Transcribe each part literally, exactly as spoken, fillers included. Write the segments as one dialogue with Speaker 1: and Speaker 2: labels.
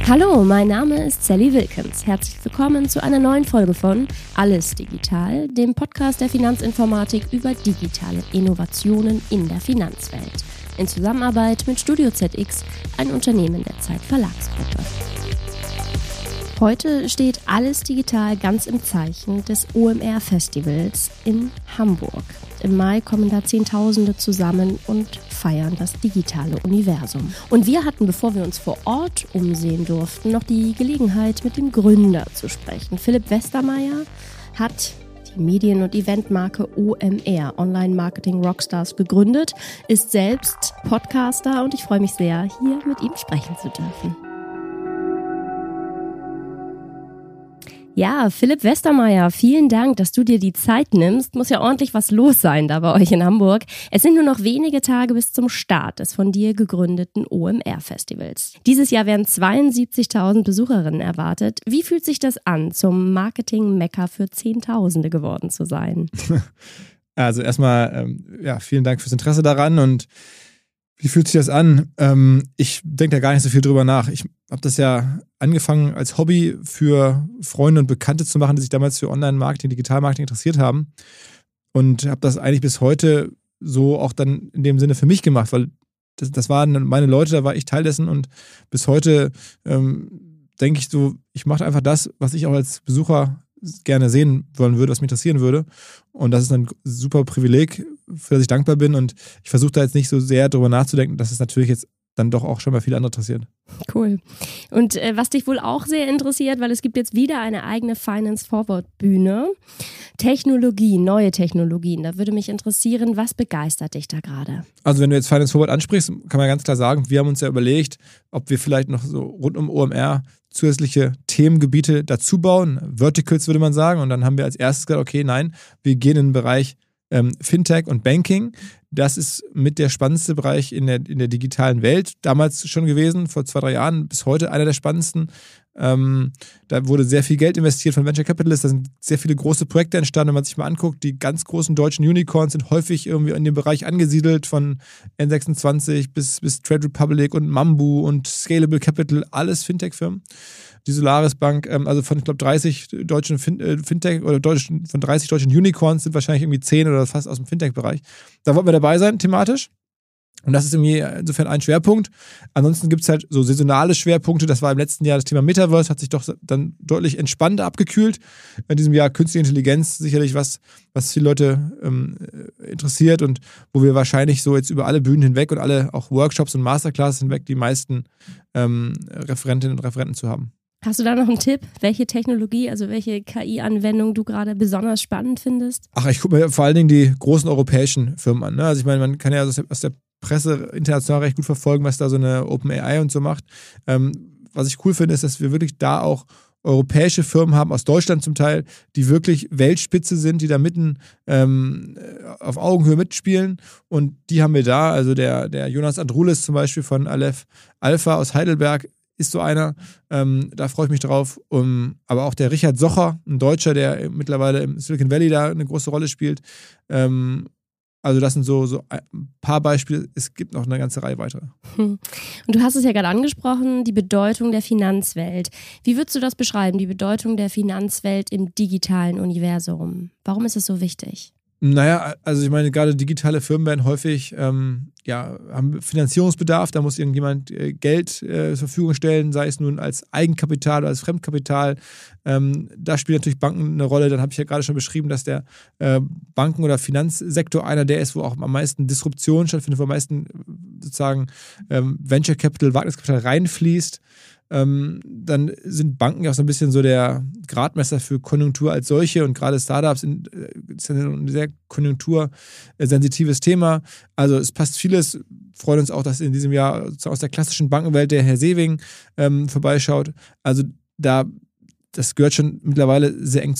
Speaker 1: Hallo, mein Name ist Sally Wilkens. Herzlich willkommen zu einer neuen Folge von Alles Digital, dem Podcast der Finanzinformatik über digitale Innovationen in der Finanzwelt. In Zusammenarbeit mit Studio Z X, ein Unternehmen der Zeit Verlagsgruppe. Heute steht Alles Digital ganz im Zeichen des O M R-Festivals in Hamburg. Im Mai kommen da Zehntausende zusammen und feiern das digitale Universum. Und wir hatten, bevor wir uns vor Ort umsehen durften, noch die Gelegenheit, mit dem Gründer zu sprechen. Philipp Westermeier hat die Medien- und Eventmarke O M R, Online Marketing Rockstars, gegründet, ist selbst Podcaster und ich freue mich sehr, hier mit ihm sprechen zu dürfen. Ja, Philipp Westermeier, vielen Dank, dass du dir die Zeit nimmst. Muss ja ordentlich was los sein da bei euch in Hamburg. Es sind nur noch wenige Tage bis zum Start des von dir gegründeten O M R-Festivals. Dieses Jahr werden zweiundsiebzigtausend Besucherinnen erwartet. Wie fühlt sich das an, zum Marketing-Mekka für Zehntausende geworden zu sein?
Speaker 2: Also erstmal, ähm, ja, vielen Dank fürs Interesse daran und wie fühlt sich das an? Ähm, ich denke da gar nicht so viel drüber nach. Ich habe das ja angefangen als Hobby für Freunde und Bekannte zu machen, die sich damals für Online-Marketing, Digital-Marketing interessiert haben. Und habe das eigentlich bis heute so auch dann in dem Sinne für mich gemacht, weil das, das waren meine Leute, da war ich Teil dessen und bis heute ähm, denke ich so, ich mache einfach das, was ich auch als Besucher gerne sehen wollen würde, was mich interessieren würde. Und das ist ein super Privileg, für das ich dankbar bin. Und ich versuche da jetzt nicht so sehr drüber nachzudenken, dass es natürlich jetzt dann doch auch schon mal viele andere interessiert.
Speaker 1: Cool. Und äh, was dich wohl auch sehr interessiert, weil es gibt jetzt wieder eine eigene Finance Forward Bühne. Technologie, neue Technologien. Da würde mich interessieren, was begeistert dich da gerade? Also
Speaker 2: wenn du jetzt Finance Forward ansprichst, kann man ganz klar sagen, wir haben uns ja überlegt, ob wir vielleicht noch so rund um O M R zusätzliche Themengebiete dazu bauen, Verticals würde man sagen. Und dann haben wir als erstes gesagt, okay, nein, wir gehen in den Bereich ähm, Fintech und Banking. Das ist mit der spannendste Bereich in der, in der digitalen Welt. Damals schon gewesen, vor zwei, drei Jahren, bis heute einer der spannendsten. Ähm, da wurde sehr viel Geld investiert von Venture Capitalists. Da sind sehr viele große Projekte entstanden. Wenn man sich mal anguckt, die ganz großen deutschen Unicorns sind häufig irgendwie in dem Bereich angesiedelt, von N sechsundzwanzig bis, bis Trade Republic und Mambu und Scalable Capital, alles Fintech-Firmen. Die Solaris Bank, ähm, also von, ich glaube, dreißig deutschen fin- äh, Fintech oder deutschen, von dreißig deutschen Unicorns sind wahrscheinlich irgendwie zehn oder fast aus dem Fintech-Bereich. Da wollten wir dabei sein, thematisch. Und das ist irgendwie insofern ein Schwerpunkt. Ansonsten gibt es halt so saisonale Schwerpunkte. Das war im letzten Jahr das Thema Metaverse, hat sich doch dann deutlich entspannt abgekühlt. In diesem Jahr Künstliche Intelligenz, sicherlich was, was viele Leute ähm, interessiert und wo wir wahrscheinlich so jetzt über alle Bühnen hinweg und alle auch Workshops und Masterclasses hinweg die meisten ähm, Referentinnen und Referenten zu haben.
Speaker 1: Hast du da noch einen Tipp, welche Technologie, also welche K I-Anwendung du gerade besonders spannend findest?
Speaker 2: Ach, ich gucke mir vor allen Dingen die großen europäischen Firmen an. Ne? Also ich meine, man kann ja aus der, aus der Presse international recht gut verfolgen, was da so eine OpenAI und so macht. Ähm, was ich cool finde, ist, dass wir wirklich da auch europäische Firmen haben, aus Deutschland zum Teil, die wirklich Weltspitze sind, die da mitten ähm, auf Augenhöhe mitspielen. Und die haben wir da. Also der, der Jonas Androulis zum Beispiel von Aleph Alpha aus Heidelberg ist so einer. Ähm, da freue ich mich drauf. Um, aber auch der Richard Socher, ein Deutscher, der mittlerweile im Silicon Valley da eine große Rolle spielt. Ähm, Also das sind so, so ein paar Beispiele. Es gibt noch eine ganze Reihe weitere.
Speaker 1: Und du hast es ja gerade angesprochen, die Bedeutung der Finanzwelt. Wie würdest du das beschreiben, die Bedeutung der Finanzwelt im digitalen Universum? Warum ist es so wichtig?
Speaker 2: Naja, also ich meine, gerade digitale Firmen werden häufig, ähm, ja, haben Finanzierungsbedarf, da muss irgendjemand äh, Geld äh, zur Verfügung stellen, sei es nun als Eigenkapital oder als Fremdkapital. Ähm, da spielen natürlich Banken eine Rolle. Dann habe ich ja gerade schon beschrieben, dass der äh, Banken- oder Finanzsektor einer der ist, wo auch am meisten Disruption stattfindet, wo am meisten sozusagen ähm, Venture Capital, Wagniskapital reinfließt. Ähm, dann sind Banken ja auch so ein bisschen so der Gradmesser für Konjunktur als solche und gerade Startups sind, äh, sind ein sehr konjunktursensitives Thema. Also es passt vieles. Freuen uns auch, dass in diesem Jahr aus der klassischen Bankenwelt der Herr Sewing ähm, vorbeischaut. Also da, das gehört schon mittlerweile sehr eng zusammen.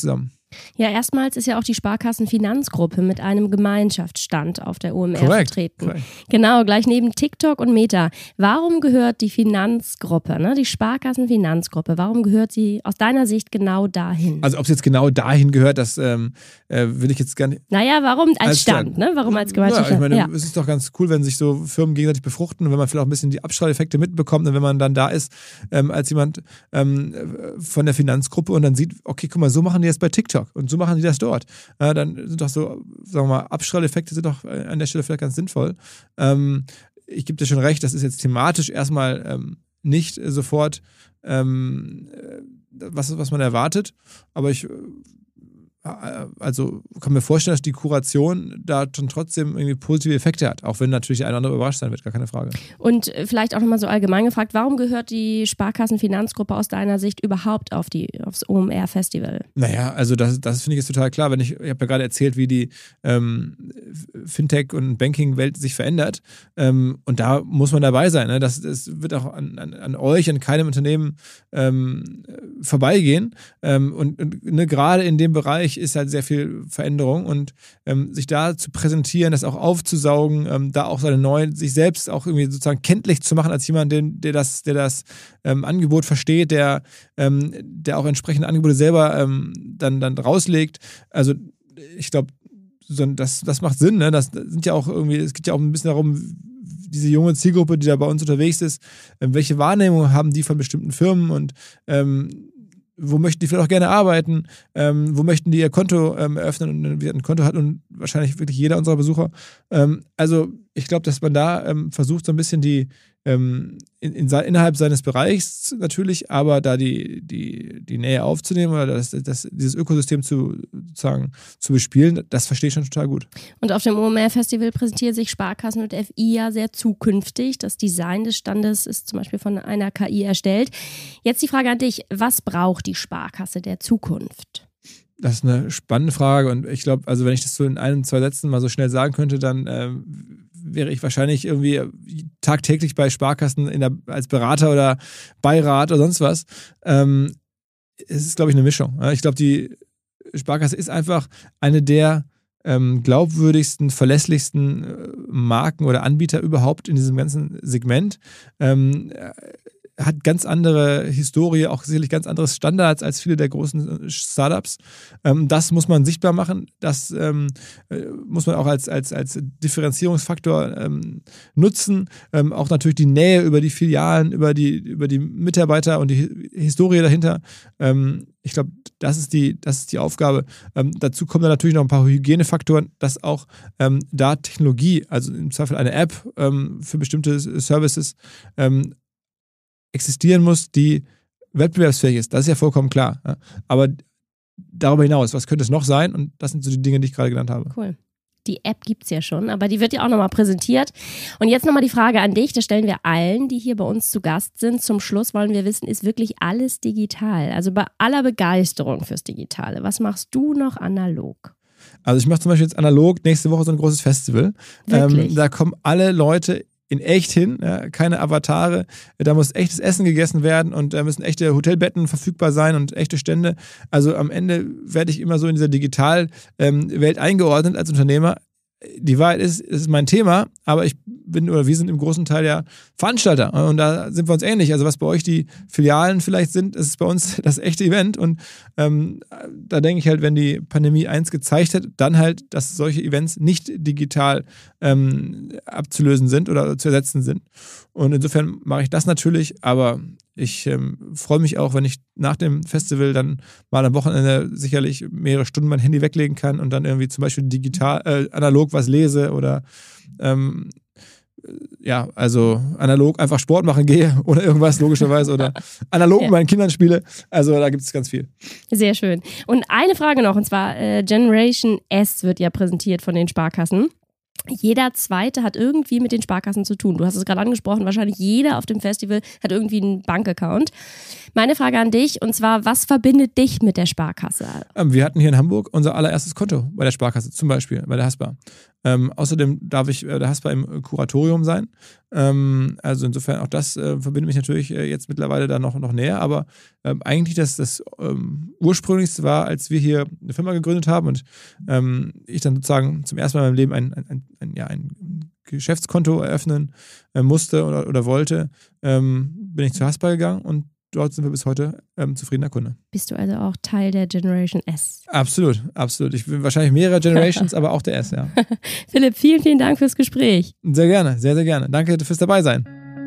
Speaker 1: Ja, erstmals ist ja auch die Sparkassenfinanzgruppe mit einem Gemeinschaftsstand auf der O M R
Speaker 2: Korrekt.
Speaker 1: vertreten.
Speaker 2: Korrekt.
Speaker 1: Genau, gleich neben TikTok und Meta. Warum gehört die Finanzgruppe, ne, die Sparkassenfinanzgruppe, warum gehört sie aus deiner Sicht genau dahin?
Speaker 2: Also ob es jetzt genau dahin gehört, das ähm, äh, will ich jetzt gar nicht...
Speaker 1: Naja, warum als, als Stand, Stand, ne? Warum als Gemeinschaft?
Speaker 2: Ja, ich meine, ja. Es ist doch ganz cool, wenn sich so Firmen gegenseitig befruchten und wenn man vielleicht auch ein bisschen die Abstrahleffekte mitbekommt und wenn man dann da ist ähm, als jemand ähm, von der Finanzgruppe und dann sieht, okay, guck mal, so machen die das bei TikTok. Und so machen die das dort. Äh, dann sind doch so, sagen wir mal, Abstrahleffekte sind doch an der Stelle vielleicht ganz sinnvoll. Ähm, ich gebe dir schon recht, das ist jetzt thematisch erstmal ähm, nicht sofort ähm, was, was man erwartet, aber ich also kann mir vorstellen, dass die Kuration da dann trotzdem irgendwie positive Effekte hat, auch wenn natürlich der eine oder andere überrascht sein wird, gar keine Frage.
Speaker 1: Und vielleicht auch nochmal so allgemein gefragt, warum gehört die Sparkassenfinanzgruppe aus deiner Sicht überhaupt auf die, aufs O M R-Festival?
Speaker 2: Naja, also das, das finde ich jetzt total klar. Wenn ich, ich habe ja gerade erzählt, wie die ähm, Fintech- und Banking-Welt sich verändert ähm, und da muss man dabei sein. Ne? Das, das wird auch an, an, an euch, an keinem Unternehmen ähm, vorbeigehen ähm, und, und ne, gerade in dem Bereich ist halt sehr viel Veränderung und ähm, sich da zu präsentieren, das auch aufzusaugen, ähm, da auch seine neuen, sich selbst auch irgendwie sozusagen kenntlich zu machen als jemand, den, der das, der das ähm, Angebot versteht, der, ähm, der auch entsprechende Angebote selber ähm, dann, dann rauslegt. Also ich glaube, so, das, das macht Sinn, ne? Das sind ja auch irgendwie, es geht ja auch ein bisschen darum, diese junge Zielgruppe, die da bei uns unterwegs ist, ähm, welche Wahrnehmung haben die von bestimmten Firmen und ähm, wo möchten die vielleicht auch gerne arbeiten, ähm, wo möchten die ihr Konto ähm, eröffnen und ein Konto hat und wahrscheinlich wirklich jeder unserer Besucher. Ähm, also ich glaube, dass man da ähm, versucht, so ein bisschen die ähm, in, in, innerhalb seines Bereichs natürlich, aber da die, die, die Nähe aufzunehmen oder das, das, dieses Ökosystem zu, sozusagen, zu bespielen, das verstehe ich schon total gut.
Speaker 1: Und auf dem O M R-Festival präsentiert sich Sparkassen und F I ja sehr zukünftig. Das Design des Standes ist zum Beispiel von einer K I erstellt. Jetzt die Frage an dich, was braucht die Sparkasse der Zukunft?
Speaker 2: Das ist eine spannende Frage und ich glaube, also wenn ich das so in einem, zwei Sätzen mal so schnell sagen könnte, dann ähm, wäre ich wahrscheinlich irgendwie tagtäglich bei Sparkassen in der, als Berater oder Beirat oder sonst was. Ähm, es ist, glaube ich, eine Mischung. Ich glaube, die Sparkasse ist einfach eine der ähm, glaubwürdigsten, verlässlichsten äh, Marken oder Anbieter überhaupt in diesem ganzen Segment. Ähm, hat ganz andere Historie, auch sicherlich ganz andere Standards als viele der großen Startups. Ähm, das muss man sichtbar machen. Das ähm, muss man auch als, als, als Differenzierungsfaktor ähm, nutzen. Ähm, auch natürlich die Nähe über die Filialen, über die, über die Mitarbeiter und die Historie dahinter. Ähm, ich glaube, das ist die, das ist die Aufgabe. Ähm, dazu kommen dann natürlich noch ein paar Hygienefaktoren, dass auch ähm, da Technologie, also im Zweifel eine App ähm, für bestimmte Services, ähm, existieren muss, die wettbewerbsfähig ist. Das ist ja vollkommen klar. Ja. Aber darüber hinaus, was könnte es noch sein? Und das sind so die Dinge, die ich gerade genannt habe.
Speaker 1: Cool. Die App gibt es ja schon, aber die wird ja auch nochmal präsentiert. Und jetzt nochmal die Frage an dich, das stellen wir allen, die hier bei uns zu Gast sind. Zum Schluss wollen wir wissen, ist wirklich alles digital? Also bei aller Begeisterung fürs Digitale, was machst du noch analog?
Speaker 2: Also ich mache zum Beispiel jetzt analog nächste Woche so ein großes Festival. Ähm, da kommen alle Leute in echt hin, ja, keine Avatare, da muss echtes Essen gegessen werden und da müssen echte Hotelbetten verfügbar sein und echte Stände. Also am Ende werde ich immer so in dieser Digitalwelt ähm, eingeordnet als Unternehmer. Die Wahrheit ist, es ist mein Thema, aber ich bin oder wir sind im großen Teil ja Veranstalter und da sind wir uns ähnlich. Also was bei euch die Filialen vielleicht sind, ist bei uns das echte Event und ähm, da denke ich halt, wenn die Pandemie eins gezeigt hat, dann halt, dass solche Events nicht digital ähm, abzulösen sind oder zu ersetzen sind. Und insofern mache ich das natürlich, aber ich ähm, freue mich auch, wenn ich nach dem Festival dann mal am Wochenende sicherlich mehrere Stunden mein Handy weglegen kann und dann irgendwie zum Beispiel digital, äh, analog was lese oder ähm, ja, also analog einfach Sport machen gehe oder irgendwas logischerweise oder analog mit meinen Kindern spiele. Also da gibt es ganz viel.
Speaker 1: Sehr schön. Und eine Frage noch, und zwar äh, Generation S wird ja präsentiert von den Sparkassen. Jeder Zweite hat irgendwie mit den Sparkassen zu tun. Du hast es gerade angesprochen, wahrscheinlich jeder auf dem Festival hat irgendwie einen Bankaccount. Meine Frage an dich, und zwar, was verbindet dich mit der Sparkasse?
Speaker 2: Ähm, wir hatten hier in Hamburg unser allererstes Konto bei der Sparkasse, zum Beispiel bei der Haspa. Ähm, außerdem darf ich äh, der Haspa im Kuratorium sein. Ähm, also insofern auch das äh, verbindet mich natürlich äh, jetzt mittlerweile da noch, noch näher. Aber äh, eigentlich das, das ähm, Ursprünglichste war, als wir hier eine Firma gegründet haben und ähm, ich dann sozusagen zum ersten Mal in meinem Leben ein, ein, ein, ein, ja, ein Geschäftskonto eröffnen äh, musste oder, oder wollte, ähm, bin ich zu Haspa gegangen und dort sind wir bis heute ähm, zufriedener Kunde.
Speaker 1: Bist du also auch Teil der Generation S?
Speaker 2: Absolut, absolut. Ich bin wahrscheinlich mehrere Generations, aber auch der S, ja.
Speaker 1: Philipp, vielen, vielen Dank fürs Gespräch.
Speaker 2: Sehr gerne, sehr, sehr gerne. Danke fürs Dabeisein.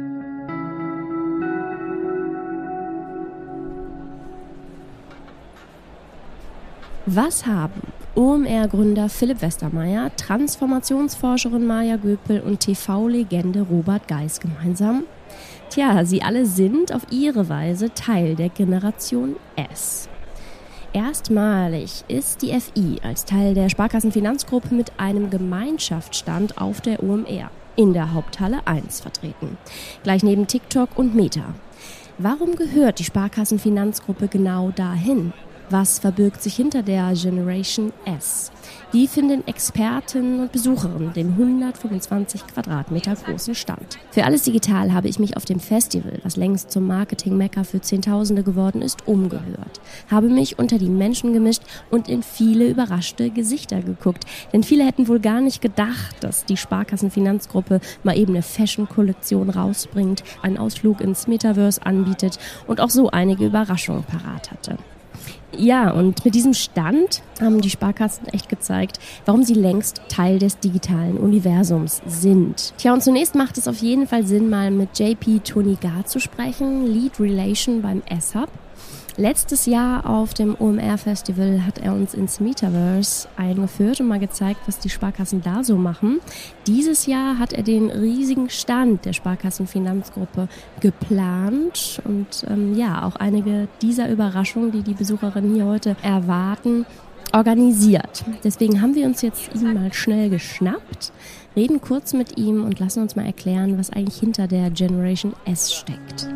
Speaker 1: Was haben O M R-Gründer Philipp Westermeier, Transformationsforscherin Maja Göpel und T V-Legende Robert Geis gemeinsam? Tja, sie alle sind auf ihre Weise Teil der Generation S. Erstmalig ist die F I als Teil der Sparkassenfinanzgruppe mit einem Gemeinschaftsstand auf der O M R in der Haupthalle eins vertreten, gleich neben TikTok und Meta. Warum gehört die Sparkassenfinanzgruppe genau dahin? Was verbirgt sich hinter der Generation S? Wie finden Experten und Besucherinnen den hundertfünfundzwanzig Quadratmeter großen Stand? Für Alles Digital habe ich mich auf dem Festival, das längst zum Marketing-Mekka für Zehntausende geworden ist, umgehört. Habe mich unter die Menschen gemischt und in viele überraschte Gesichter geguckt. Denn viele hätten wohl gar nicht gedacht, dass die Sparkassenfinanzgruppe mal eben eine Fashion-Kollektion rausbringt, einen Ausflug ins Metaverse anbietet und auch so einige Überraschungen parat hatte. Ja, und mit diesem Stand haben die Sparkassen echt gezeigt, warum sie längst Teil des digitalen Universums sind. Tja, und zunächst macht es auf jeden Fall Sinn, mal mit J P Tonigat zu sprechen, Lead Relation beim S-Hub. Letztes Jahr auf dem O M R-Festival hat er uns ins Metaverse eingeführt und mal gezeigt, was die Sparkassen da so machen. Dieses Jahr hat er den riesigen Stand der Sparkassenfinanzgruppe geplant und ähm, ja, auch einige dieser Überraschungen, die die Besucherinnen hier heute erwarten, organisiert. Deswegen haben wir uns jetzt ihn mal schnell geschnappt, reden kurz mit ihm und lassen uns mal erklären, was eigentlich hinter der Generation S steckt.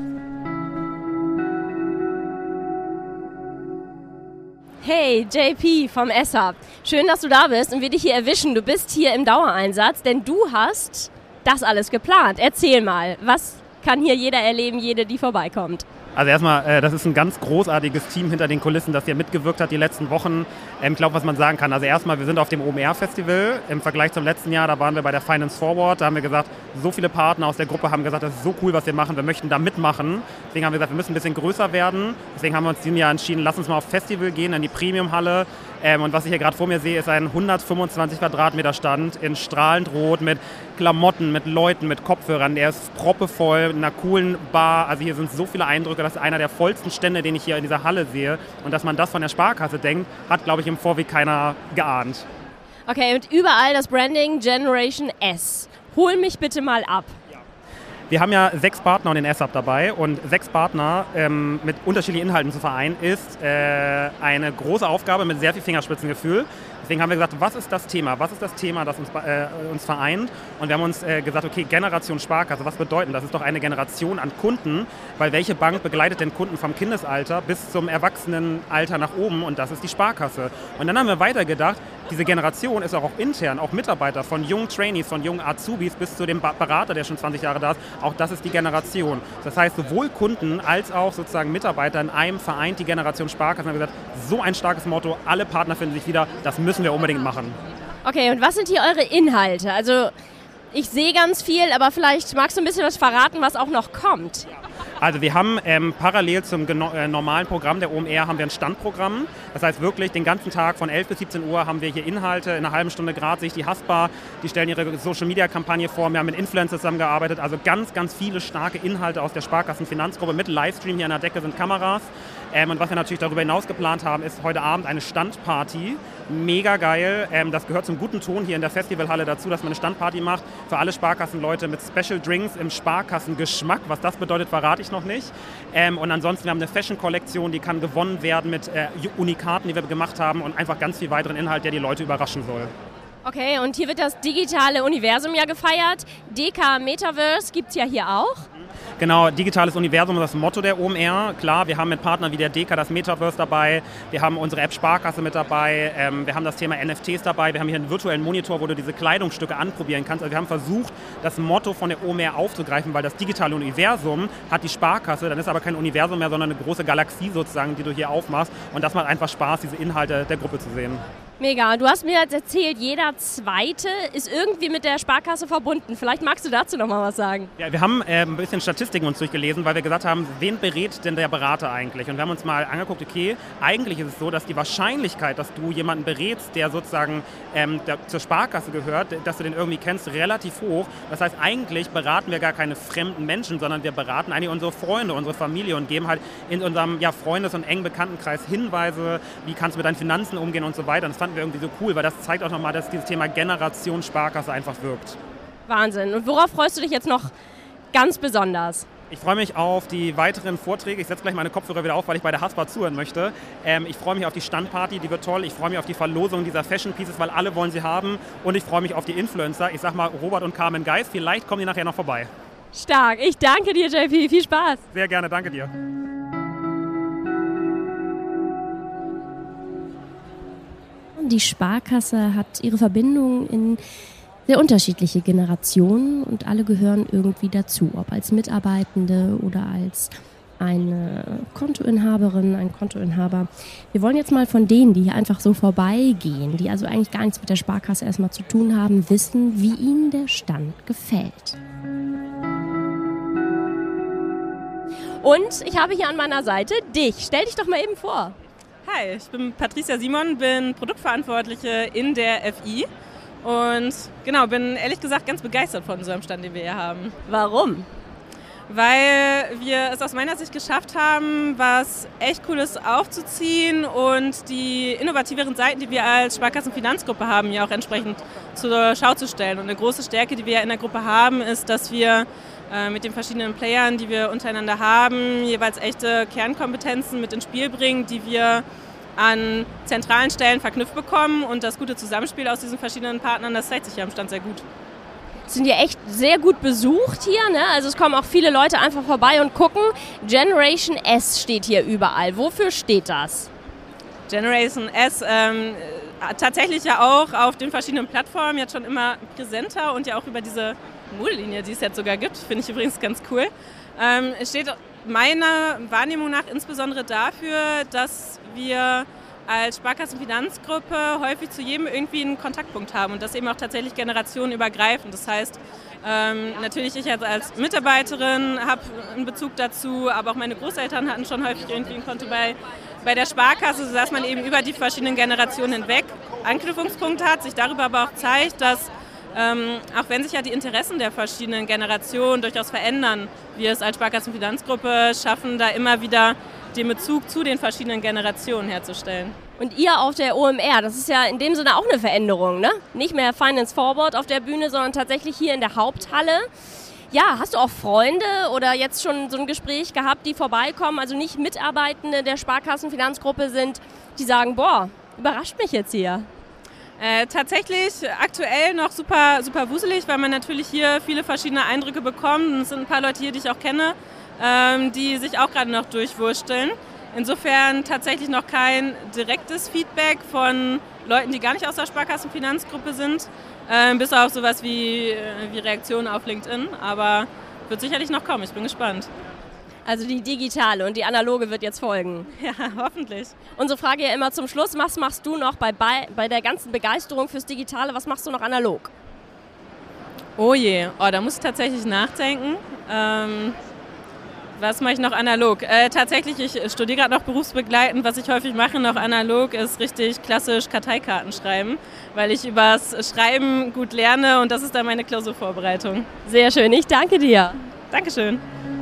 Speaker 1: Hey, J P vom S-Hub. Schön, dass du da bist und wir dich hier erwischen. Du bist hier im Dauereinsatz, denn du hast das alles geplant. Erzähl mal, was kann hier jeder erleben, jede, die vorbeikommt?
Speaker 3: Also erstmal, äh, das ist ein ganz großartiges Team hinter den Kulissen, das hier mitgewirkt hat die letzten Wochen. Ich ähm, glaube, was man sagen kann. Also erstmal, wir sind auf dem O M R-Festival. Im Vergleich zum letzten Jahr, da waren wir bei der Finance Forward. Da haben wir gesagt, so viele Partner aus der Gruppe haben gesagt, das ist so cool, was wir machen. Wir möchten da mitmachen. Deswegen haben wir gesagt, wir müssen ein bisschen größer werden. Deswegen haben wir uns dieses Jahr entschieden, lass uns mal auf Festival gehen, in die Premium-Halle. Ähm, und was ich hier gerade vor mir sehe, ist ein hundertfünfundzwanzig Quadratmeter Stand in strahlend Rot mit Klamotten, mit Leuten, mit Kopfhörern. Der ist proppevoll, in einer coolen Bar. Also hier sind so viele Eindrücke. Das ist einer der vollsten Stände, den ich hier in dieser Halle sehe. Und dass man das von der Sparkasse denkt, hat, glaube ich, im Vorweg keiner geahnt.
Speaker 1: Okay, und überall das Branding Generation S. Hol mich bitte mal ab.
Speaker 3: Wir haben ja sechs Partner und den S-Hub dabei und sechs Partner ähm, mit unterschiedlichen Inhalten zu vereinen ist äh, eine große Aufgabe mit sehr viel Fingerspitzengefühl. Deswegen haben wir gesagt, was ist das Thema? Was ist das Thema, das uns, äh, uns vereint? Und wir haben uns äh, gesagt, okay, Generation Sparkasse, was bedeutet das? Das ist doch eine Generation an Kunden, weil welche Bank begleitet den Kunden vom Kindesalter bis zum Erwachsenenalter nach oben? Und das ist die Sparkasse. Und dann haben wir weitergedacht, diese Generation ist auch, auch intern, auch Mitarbeiter von jungen Trainees, von jungen Azubis bis zu dem Berater, der schon zwanzig Jahre da ist, auch das ist die Generation. Das heißt, sowohl Kunden als auch sozusagen Mitarbeiter in einem vereint die Generation Sparkasse. Und haben gesagt, so ein starkes Motto, alle Partner finden sich wieder, das müssen wir unbedingt machen. Okay, und was sind hier eure Inhalte? Also ich sehe ganz viel, aber vielleicht magst du ein bisschen was verraten, was auch noch kommt. Also wir haben ähm, parallel zum geno- äh, normalen Programm der O M R haben wir ein Standprogramm. Das heißt wirklich den ganzen Tag von elf bis siebzehn Uhr haben wir hier Inhalte. In einer halben Stunde gerade sehe ich die Haspa, die stellen ihre Social-Media-Kampagne vor. Wir haben mit Influencern zusammengearbeitet. Also ganz, ganz viele starke Inhalte aus der Sparkassenfinanzgruppe. Mit Livestream hier an der Decke sind Kameras. Ähm, und was wir natürlich darüber hinaus geplant haben, ist heute Abend eine Standparty. Mega geil. Ähm, das gehört zum guten Ton hier in der Festivalhalle dazu, dass man eine Standparty macht für alle Sparkassenleute mit Special Drinks im Sparkassengeschmack. Was das bedeutet, verrate ich noch nicht. Ähm, und ansonsten, wir haben eine Fashion-Kollektion, die kann gewonnen werden mit äh, Unikaten, die wir gemacht haben und einfach ganz viel weiteren Inhalt, der die Leute überraschen soll.
Speaker 1: Okay, und hier wird das digitale Universum ja gefeiert. D K Metaverse gibt es ja hier auch.
Speaker 3: Genau, digitales Universum ist das Motto der O M R. Klar, wir haben mit Partnern wie der D K das Metaverse dabei, wir haben unsere App Sparkasse mit dabei, ähm, wir haben das Thema N F Ts dabei, wir haben hier einen virtuellen Monitor, wo du diese Kleidungsstücke anprobieren kannst. Also wir haben versucht, das Motto von der O M R aufzugreifen, weil das digitale Universum hat die Sparkasse, dann ist aber kein Universum mehr, sondern eine große Galaxie sozusagen, die du hier aufmachst. Und das macht einfach Spaß, diese Inhalte der Gruppe zu sehen.
Speaker 1: Mega. Du hast mir jetzt erzählt, jeder Zweite ist irgendwie mit der Sparkasse verbunden. Vielleicht magst du dazu noch mal was sagen.
Speaker 3: Ja, wir haben äh, ein bisschen Statistiken uns durchgelesen, weil wir gesagt haben, wen berät denn der Berater eigentlich? Und wir haben uns mal angeguckt, okay, eigentlich ist es so, dass die Wahrscheinlichkeit, dass du jemanden berätst, der sozusagen ähm, der, zur Sparkasse gehört, dass du den irgendwie kennst, relativ hoch. Das heißt, eigentlich beraten wir gar keine fremden Menschen, sondern wir beraten eigentlich unsere Freunde, unsere Familie und geben halt in unserem ja, Freundes- und engen Bekanntenkreis Hinweise, wie kannst du mit deinen Finanzen umgehen und so weiter. Und das fanden wir irgendwie so cool, weil das zeigt auch nochmal, dass dieses Thema Generation Sparkasse einfach wirkt.
Speaker 1: Wahnsinn. Und worauf freust du dich jetzt noch ganz besonders?
Speaker 3: Ich freue mich auf die weiteren Vorträge. Ich setze gleich meine Kopfhörer wieder auf, weil ich bei der Haspa zuhören möchte. Ähm, ich freue mich auf die Standparty, die wird toll. Ich freue mich auf die Verlosung dieser Fashion Pieces, weil alle wollen sie haben. Und ich freue mich auf die Influencer. Ich sag mal Robert und Carmen Geis. Vielleicht kommen die nachher noch vorbei.
Speaker 1: Stark. Ich danke dir, J P. Viel Spaß.
Speaker 3: Sehr gerne. Danke dir.
Speaker 1: Die Sparkasse hat ihre Verbindung in sehr unterschiedliche Generationen und alle gehören irgendwie dazu, ob als Mitarbeitende oder als eine Kontoinhaberin, ein Kontoinhaber. Wir wollen jetzt mal von denen, die hier einfach so vorbeigehen, die also eigentlich gar nichts mit der Sparkasse erstmal zu tun haben, wissen, wie ihnen der Stand gefällt. Und ich habe hier an meiner Seite dich. Stell dich doch mal eben vor.
Speaker 4: Hi, ich bin Patricia Simon, bin Produktverantwortliche in der F I und genau, bin ehrlich gesagt ganz begeistert von unserem Stand, den wir hier haben.
Speaker 1: Warum?
Speaker 4: Weil wir es aus meiner Sicht geschafft haben, was echt Cooles aufzuziehen und die innovativeren Seiten, die wir als Sparkassenfinanzgruppe haben, ja auch entsprechend zur Schau zu stellen. Und eine große Stärke, die wir in der Gruppe haben, ist, dass wir äh, mit den verschiedenen Playern, die wir untereinander haben, jeweils echte Kernkompetenzen mit ins Spiel bringen, die wir an zentralen Stellen verknüpft bekommen. Und das gute Zusammenspiel aus diesen verschiedenen Partnern, das zeigt sich ja am Stand sehr gut.
Speaker 1: Sind ja echt sehr gut besucht hier, ne? Also es kommen auch viele Leute einfach vorbei und gucken. Generation S steht hier überall. Wofür steht das?
Speaker 4: Generation S, ähm, tatsächlich ja auch auf den verschiedenen Plattformen jetzt schon immer präsenter und ja auch über diese Modelinie, die es jetzt sogar gibt, finde ich übrigens ganz cool. Ähm, es steht meiner Wahrnehmung nach insbesondere dafür, dass wir als Sparkassenfinanzgruppe häufig zu jedem irgendwie einen Kontaktpunkt haben und das eben auch tatsächlich generationenübergreifend. Das heißt, ähm, natürlich ich jetzt als Mitarbeiterin habe einen Bezug dazu, aber auch meine Großeltern hatten schon häufig irgendwie ein Konto bei, bei der Sparkasse, sodass man eben über die verschiedenen Generationen hinweg Anknüpfungspunkte hat, sich darüber aber auch zeigt, dass ähm, auch wenn sich ja die Interessen der verschiedenen Generationen durchaus verändern, wir es als Sparkassenfinanzgruppe schaffen, da immer wieder den Bezug zu den verschiedenen Generationen herzustellen.
Speaker 1: Und ihr auf der O M R, das ist ja in dem Sinne auch eine Veränderung, ne? Nicht mehr Finance Forward auf der Bühne, sondern tatsächlich hier in der Haupthalle. Ja, hast du auch Freunde oder jetzt schon so ein Gespräch gehabt, die vorbeikommen, also nicht Mitarbeitende der Sparkassenfinanzgruppe sind, die sagen, boah, überrascht mich jetzt hier?
Speaker 4: Äh, tatsächlich aktuell noch super, super wuselig, weil man natürlich hier viele verschiedene Eindrücke bekommt. Es sind ein paar Leute hier, die ich auch kenne, ähm, die sich auch gerade noch durchwursteln. Insofern tatsächlich noch kein direktes Feedback von Leuten, die gar nicht aus der Sparkassenfinanzgruppe sind, äh, bis auf sowas wie, wie Reaktionen auf LinkedIn. Aber wird sicherlich noch kommen, ich bin gespannt.
Speaker 1: Also die digitale und die analoge wird jetzt folgen.
Speaker 4: Ja, hoffentlich.
Speaker 1: Unsere Frage ja immer zum Schluss, was machst du noch bei, bei, bei der ganzen Begeisterung fürs Digitale, was machst du noch analog?
Speaker 4: Oh je, oh, da muss ich tatsächlich nachdenken. Ähm, was mache ich noch analog? Äh, tatsächlich, ich studiere gerade noch berufsbegleitend. Was ich häufig mache noch analog, ist richtig klassisch Karteikarten schreiben, weil ich übers Schreiben gut lerne und das ist dann meine Klausurvorbereitung.
Speaker 1: Sehr schön, ich danke dir.
Speaker 4: Dankeschön.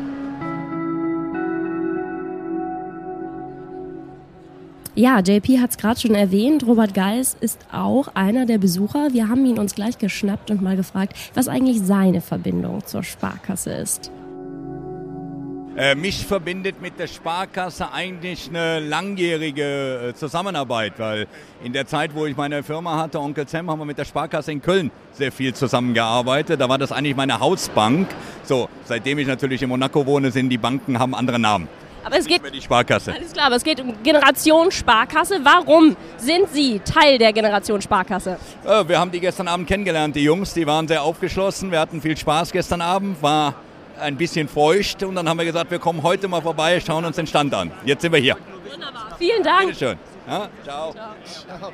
Speaker 1: Ja, J P hat es gerade schon erwähnt, Robert Geis ist auch einer der Besucher. Wir haben ihn uns gleich geschnappt und mal gefragt, was eigentlich seine Verbindung zur Sparkasse ist.
Speaker 5: Äh, mich verbindet mit der Sparkasse eigentlich eine langjährige äh, Zusammenarbeit, weil in der Zeit, wo ich meine Firma hatte, Onkel Sam, haben wir mit der Sparkasse in Köln sehr viel zusammengearbeitet. Da war das eigentlich meine Hausbank. So, seitdem ich natürlich in Monaco wohne, sind die Banken, haben andere Namen.
Speaker 1: Aber es geht,
Speaker 5: Nicht mehr die Sparkasse.
Speaker 1: Alles klar, aber es geht um Generation Sparkasse. Warum sind Sie Teil der Generation Sparkasse?
Speaker 5: Äh, wir haben die gestern Abend kennengelernt, die Jungs, die waren sehr aufgeschlossen. Wir hatten viel Spaß gestern Abend, war ein bisschen feucht und dann haben wir gesagt, wir kommen heute mal vorbei, schauen uns den Stand an. Jetzt sind wir hier.
Speaker 1: Wunderbar. Vielen Dank.
Speaker 5: Bitte schön. Ja, ciao. ciao.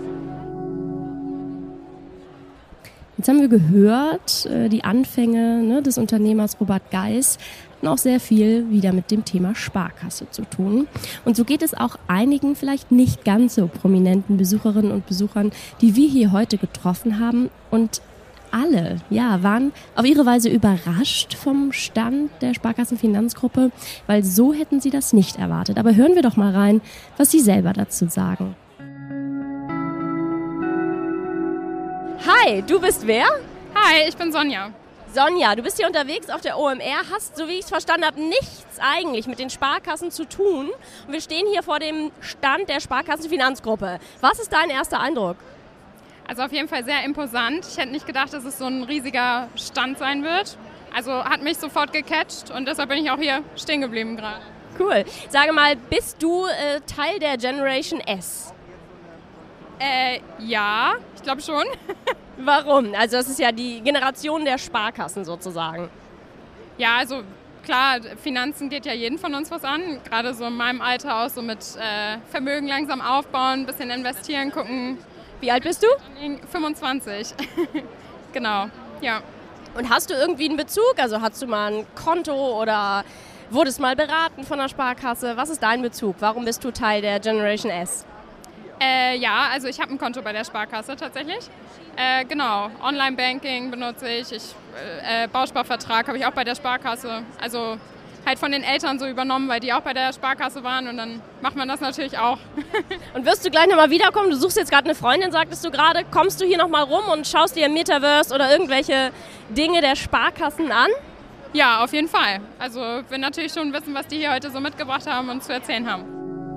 Speaker 1: Jetzt haben wir gehört, die Anfänge ne, des Unternehmers Robert Geis hatten auch sehr viel wieder mit dem Thema Sparkasse zu tun. Und so geht es auch einigen vielleicht nicht ganz so prominenten Besucherinnen und Besuchern, die wir hier heute getroffen haben. Und alle, ja, waren auf ihre Weise überrascht vom Stand der Sparkassenfinanzgruppe, weil so hätten sie das nicht erwartet. Aber hören wir doch mal rein, was sie selber dazu sagen. Hi, du bist wer?
Speaker 6: Hi, ich bin Sonja.
Speaker 1: Sonja, du bist hier unterwegs auf der O M R, hast, so wie ich es verstanden habe, nichts eigentlich mit den Sparkassen zu tun. Und wir stehen hier vor dem Stand der Sparkassenfinanzgruppe. Was ist dein erster Eindruck?
Speaker 6: Also auf jeden Fall sehr imposant. Ich hätte nicht gedacht, dass es so ein riesiger Stand sein wird. Also hat mich sofort gecatcht und deshalb bin ich auch hier stehen geblieben gerade.
Speaker 1: Cool. Sage mal, bist du äh, Teil der Generation S?
Speaker 6: Äh, ja, ich glaube schon.
Speaker 1: Warum? Also das ist ja die Generation der Sparkassen sozusagen.
Speaker 6: Ja, also klar, Finanzen geht ja jeden von uns was an. Gerade so in meinem Alter auch so mit äh, Vermögen langsam aufbauen, ein bisschen investieren, gucken.
Speaker 1: Wie alt bist du?
Speaker 6: fünfundzwanzig. Genau, ja.
Speaker 1: Und hast du irgendwie einen Bezug? Also hast du mal ein Konto oder wurdest mal beraten von der Sparkasse? Was ist dein Bezug? Warum bist du Teil der Generation S?
Speaker 6: Äh, ja, also ich habe ein Konto bei der Sparkasse tatsächlich. Äh, genau, Online-Banking benutze ich. ich äh, Bausparvertrag habe ich auch bei der Sparkasse. Also halt von den Eltern so übernommen, weil die auch bei der Sparkasse waren und dann macht man das natürlich auch.
Speaker 1: Und wirst du gleich nochmal wiederkommen? Du suchst jetzt gerade eine Freundin, sagtest du gerade. Kommst du hier nochmal rum und schaust dir im Metaverse oder irgendwelche Dinge der Sparkassen an?
Speaker 6: Ja, auf jeden Fall. Also wir natürlich schon wissen, was die hier heute so mitgebracht haben und zu erzählen haben.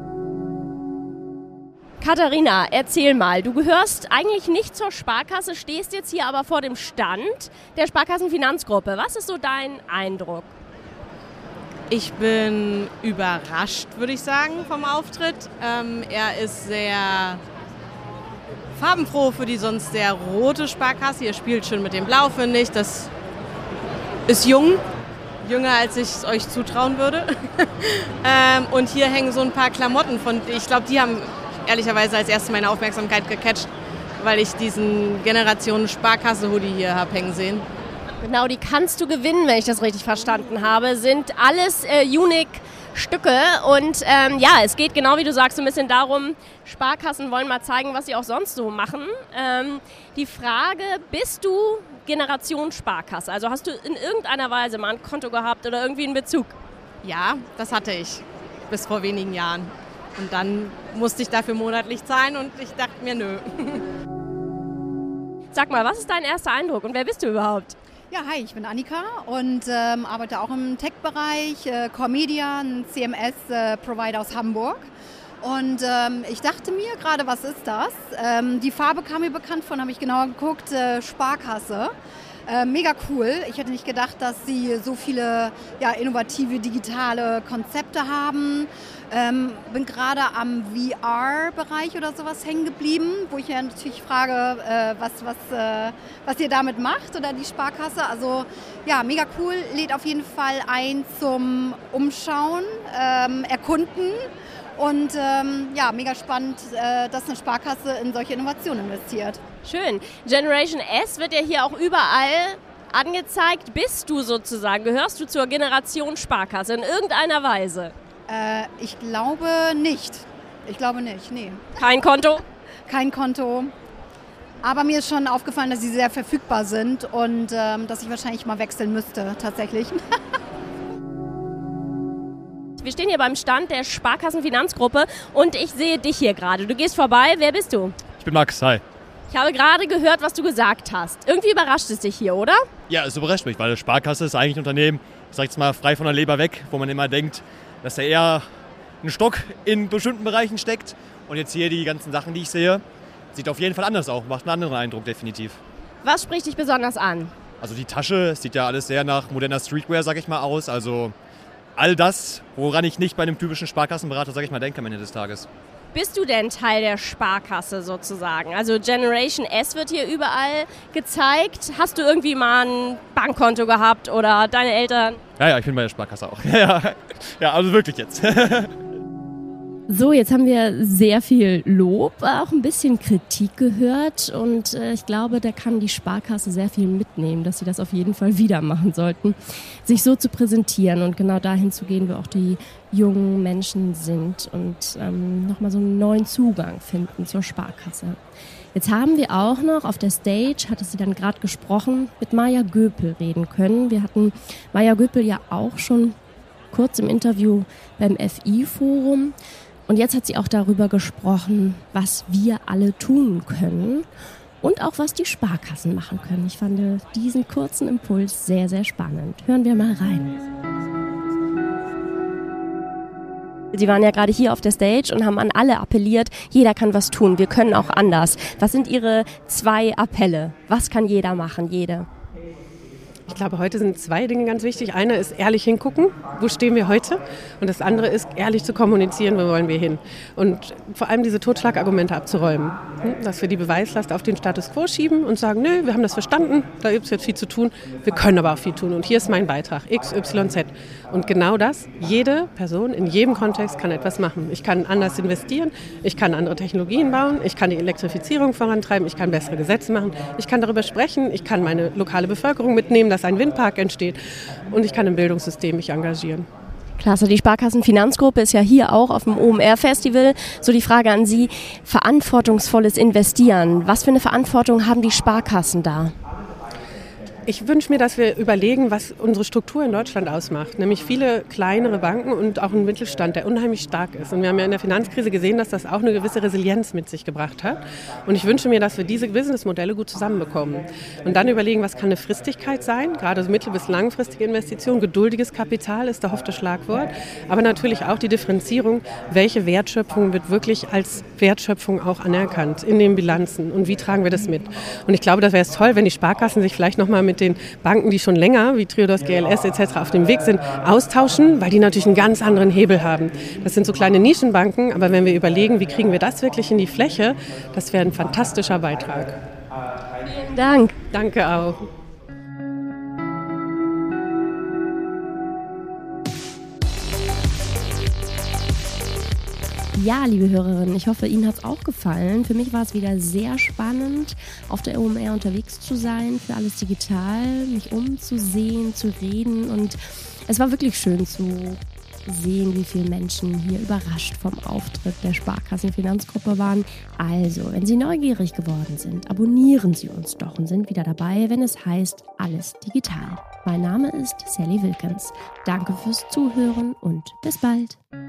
Speaker 1: Katharina, erzähl mal, du gehörst eigentlich nicht zur Sparkasse, stehst jetzt hier aber vor dem Stand der Sparkassenfinanzgruppe. Was ist so dein Eindruck?
Speaker 7: Ich bin überrascht, würde ich sagen, vom Auftritt. Ähm, er ist sehr farbenfroh für die sonst sehr rote Sparkasse. Ihr spielt schon mit dem Blau, finde ich. Das ist jung, jünger als ich es euch zutrauen würde. ähm, und hier hängen so ein paar Klamotten von, ich glaube, die haben ehrlicherweise als erstes meine Aufmerksamkeit gecatcht, weil ich diesen Generation Sparkasse-Hoodie hier habe hängen sehen.
Speaker 1: Genau, die kannst du gewinnen, wenn ich das richtig verstanden habe. Sind alles äh, Unique-Stücke und ähm, ja, es geht genau wie du sagst, so ein bisschen darum, Sparkassen wollen mal zeigen, was sie auch sonst so machen. Ähm, die Frage, bist du Generation Sparkasse? Also hast du in irgendeiner Weise mal ein Konto gehabt oder irgendwie einen Bezug?
Speaker 7: Ja, das hatte ich bis vor wenigen Jahren. Und dann musste ich dafür monatlich zahlen und ich dachte mir, nö.
Speaker 1: Sag mal, was ist dein erster Eindruck und wer bist du überhaupt?
Speaker 8: Ja, hi, ich bin Annika und ähm, arbeite auch im Tech-Bereich, äh, Core Media, ein C M S-Provider äh, aus Hamburg. Und ähm, ich dachte mir gerade, was ist das? Ähm, die Farbe kam mir bekannt von, habe ich genauer geguckt, äh, Sparkasse. Äh, mega cool. Ich hätte nicht gedacht, dass sie so viele ja, innovative digitale Konzepte haben. Ähm, bin gerade am V R-Bereich oder sowas hängen geblieben, wo ich ja natürlich frage, äh, was, was, äh, was ihr damit macht oder die Sparkasse. Also ja, mega cool. Lädt auf jeden Fall ein zum Umschauen, ähm, Erkunden. Und ähm, ja, mega spannend, äh, dass eine Sparkasse in solche Innovationen investiert.
Speaker 1: Schön. Generation S wird ja hier auch überall angezeigt. Bist du sozusagen, gehörst du zur Generation Sparkasse in irgendeiner Weise?
Speaker 8: Äh, ich glaube nicht. Ich glaube nicht, nee.
Speaker 1: Kein Konto?
Speaker 8: Kein Konto. Aber mir ist schon aufgefallen, dass sie sehr verfügbar sind und ähm, dass ich wahrscheinlich mal wechseln müsste, tatsächlich.
Speaker 1: Wir stehen hier beim Stand der Sparkassenfinanzgruppe und ich sehe dich hier gerade. Du gehst vorbei. Wer bist du?
Speaker 9: Ich bin Max, hi.
Speaker 1: Ich habe gerade gehört, was du gesagt hast. Irgendwie überrascht es dich hier, oder?
Speaker 9: Ja, es überrascht mich, weil Sparkasse ist eigentlich ein Unternehmen, ich sag jetzt mal, frei von der Leber weg, wo man immer denkt, dass da eher ein Stock in bestimmten Bereichen steckt. Und jetzt hier die ganzen Sachen, die ich sehe, sieht auf jeden Fall anders aus, macht einen anderen Eindruck definitiv.
Speaker 1: Was spricht dich besonders an?
Speaker 9: Also die Tasche, es sieht ja alles sehr nach moderner Streetwear, sag ich mal, aus. Also all das, woran ich nicht bei einem typischen Sparkassenberater, sag ich mal, denke am Ende des Tages.
Speaker 1: Bist du denn Teil der Sparkasse sozusagen? Also Generation S wird hier überall gezeigt. Hast du irgendwie mal ein Bankkonto gehabt oder deine Eltern?
Speaker 9: Ja, ja, ich bin bei der Sparkasse auch. Ja, ja, also wirklich jetzt.
Speaker 1: So, jetzt haben wir sehr viel Lob, auch ein bisschen Kritik gehört und äh, ich glaube, da kann die Sparkasse sehr viel mitnehmen, dass sie das auf jeden Fall wieder machen sollten, sich so zu präsentieren und genau dahin zu gehen, wo auch die jungen Menschen sind und ähm, nochmal so einen neuen Zugang finden zur Sparkasse. Jetzt haben wir auch noch auf der Stage, hatte sie dann gerade gesprochen, mit Maja Göpel reden können. Wir hatten Maja Göpel ja auch schon kurz im Interview beim F I-Forum. Und jetzt hat sie auch darüber gesprochen, was wir alle tun können und auch was die Sparkassen machen können. Ich fand diesen kurzen Impuls sehr, sehr spannend. Hören wir mal rein. Sie waren ja gerade hier auf der Stage und haben an alle appelliert, jeder kann was tun, wir können auch anders. Was sind Ihre zwei Appelle? Was kann jeder machen, jede?
Speaker 10: Ich glaube, heute sind zwei Dinge ganz wichtig. Einer ist ehrlich hingucken, wo stehen wir heute? Und das andere ist ehrlich zu kommunizieren, wo wollen wir hin? Und vor allem diese Totschlagargumente abzuräumen. Dass wir die Beweislast auf den Status quo schieben und sagen, nö, wir haben das verstanden, da gibt es jetzt viel zu tun, wir können aber auch viel tun. Und hier ist mein Beitrag, X, Y, Z. Und genau das, jede Person in jedem Kontext kann etwas machen. Ich kann anders investieren, ich kann andere Technologien bauen, ich kann die Elektrifizierung vorantreiben, ich kann bessere Gesetze machen, ich kann darüber sprechen, ich kann meine lokale Bevölkerung mitnehmen, dass ein Windpark entsteht und ich kann im Bildungssystem mich engagieren.
Speaker 1: Klasse, die Sparkassenfinanzgruppe ist ja hier auch auf dem O M R-Festival. So die Frage an Sie, verantwortungsvolles Investieren. Was für eine Verantwortung haben die Sparkassen da?
Speaker 10: Ich wünsche mir, dass wir überlegen, was unsere Struktur in Deutschland ausmacht. Nämlich viele kleinere Banken und auch ein Mittelstand, der unheimlich stark ist. Und wir haben ja in der Finanzkrise gesehen, dass das auch eine gewisse Resilienz mit sich gebracht hat. Und ich wünsche mir, dass wir diese Businessmodelle gut zusammenbekommen. Und dann überlegen, was kann eine Fristigkeit sein? Gerade so mittel- bis langfristige Investitionen. Geduldiges Kapital ist da oft das Schlagwort. Aber natürlich auch die Differenzierung, welche Wertschöpfung wird wirklich als Wertschöpfung auch anerkannt in den Bilanzen. Und wie tragen wir das mit? Und ich glaube, das wäre es toll, wenn die Sparkassen sich vielleicht nochmal mit den Banken, die schon länger, wie Triodos, G L S et cetera auf dem Weg sind, austauschen, weil die natürlich einen ganz anderen Hebel haben. Das sind so kleine Nischenbanken, aber wenn wir überlegen, wie kriegen wir das wirklich in die Fläche, das wäre ein fantastischer Beitrag.
Speaker 1: Vielen Dank.
Speaker 10: Danke auch.
Speaker 1: Ja, liebe Hörerinnen, ich hoffe, Ihnen hat es auch gefallen. Für mich war es wieder sehr spannend, auf der O M R unterwegs zu sein, für alles digital, mich umzusehen, zu reden. Und es war wirklich schön zu sehen, wie viele Menschen hier überrascht vom Auftritt der Sparkassenfinanzgruppe waren. Also, wenn Sie neugierig geworden sind, abonnieren Sie uns doch und sind wieder dabei, wenn es heißt Alles digital. Mein Name ist Sally Wilkens. Danke fürs Zuhören und bis bald.